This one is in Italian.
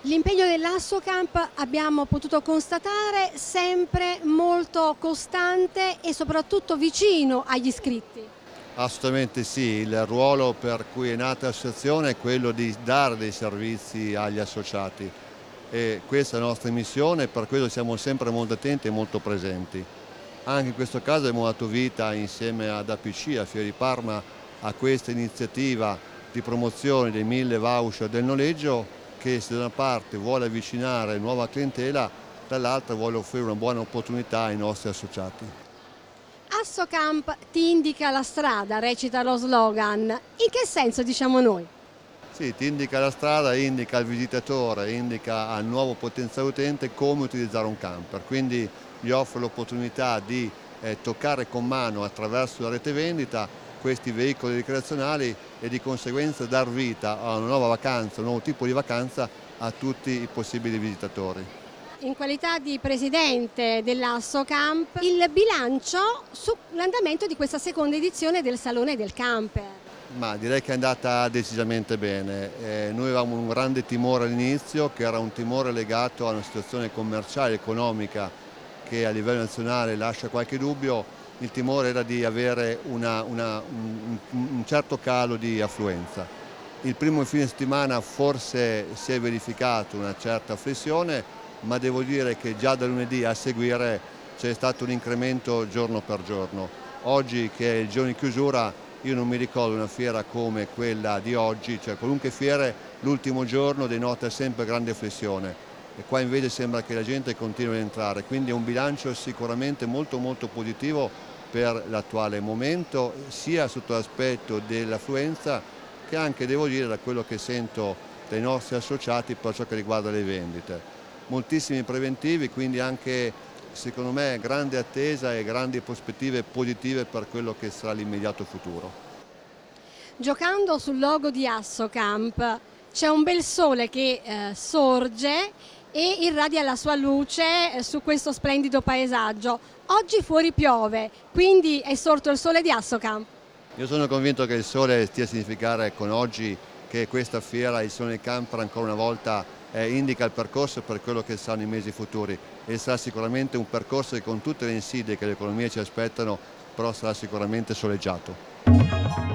L'impegno dell'Assocamp abbiamo potuto constatare sempre molto costante e soprattutto vicino agli iscritti. Assolutamente sì, il ruolo per cui è nata l'associazione è quello di dare dei servizi agli associati e questa è la nostra missione e per questo siamo sempre molto attenti e molto presenti. Anche in questo caso abbiamo dato vita insieme ad APC, a Fiera di Parma, a questa iniziativa di promozione dei 1000 voucher del noleggio che se da una parte vuole avvicinare nuova clientela, dall'altra vuole offrire una buona opportunità ai nostri associati. Assocamp ti indica la strada, recita lo slogan. In che senso diciamo noi? Sì, ti indica la strada, indica al visitatore, indica al nuovo potenziale utente come utilizzare un camper, quindi gli offre l'opportunità di toccare con mano attraverso la rete vendita questi veicoli ricreazionali e di conseguenza dar vita a una nuova vacanza, un nuovo tipo di vacanza a tutti i possibili visitatori. In qualità di presidente dell'Assocamp, il bilancio sull'andamento di questa seconda edizione del Salone del Camper. Ma direi che è andata decisamente bene. Noi avevamo un grande timore all'inizio, che era un timore legato a una situazione commerciale, economica, che a livello nazionale lascia qualche dubbio. Il timore era di avere un certo calo di affluenza. Il primo fine settimana forse si è verificato una certa flessione, ma devo dire che già da lunedì a seguire c'è stato un incremento giorno per giorno. Oggi, che è il giorno di chiusura, io non mi ricordo una fiera come quella di oggi, cioè qualunque fiera l'ultimo giorno denota sempre grande flessione e qua invece sembra che la gente continui ad entrare, quindi è un bilancio sicuramente molto molto positivo per l'attuale momento, sia sotto l'aspetto dell'affluenza che anche, devo dire, da quello che sento dai nostri associati per ciò che riguarda le vendite. Moltissimi preventivi, quindi anche secondo me grande attesa e grandi prospettive positive per quello che sarà l'immediato futuro. Giocando sul logo di Assocamp c'è un bel sole che sorge e irradia la sua luce su questo splendido paesaggio. Oggi fuori piove, quindi è sorto il sole di Assocamp. Io sono convinto che il sole stia a significare con oggi che questa fiera, il Sole del Camper, ancora una volta indica il percorso per quello che saranno i mesi futuri e sarà sicuramente un percorso che con tutte le insidie che le economie ci aspettano, però sarà sicuramente soleggiato.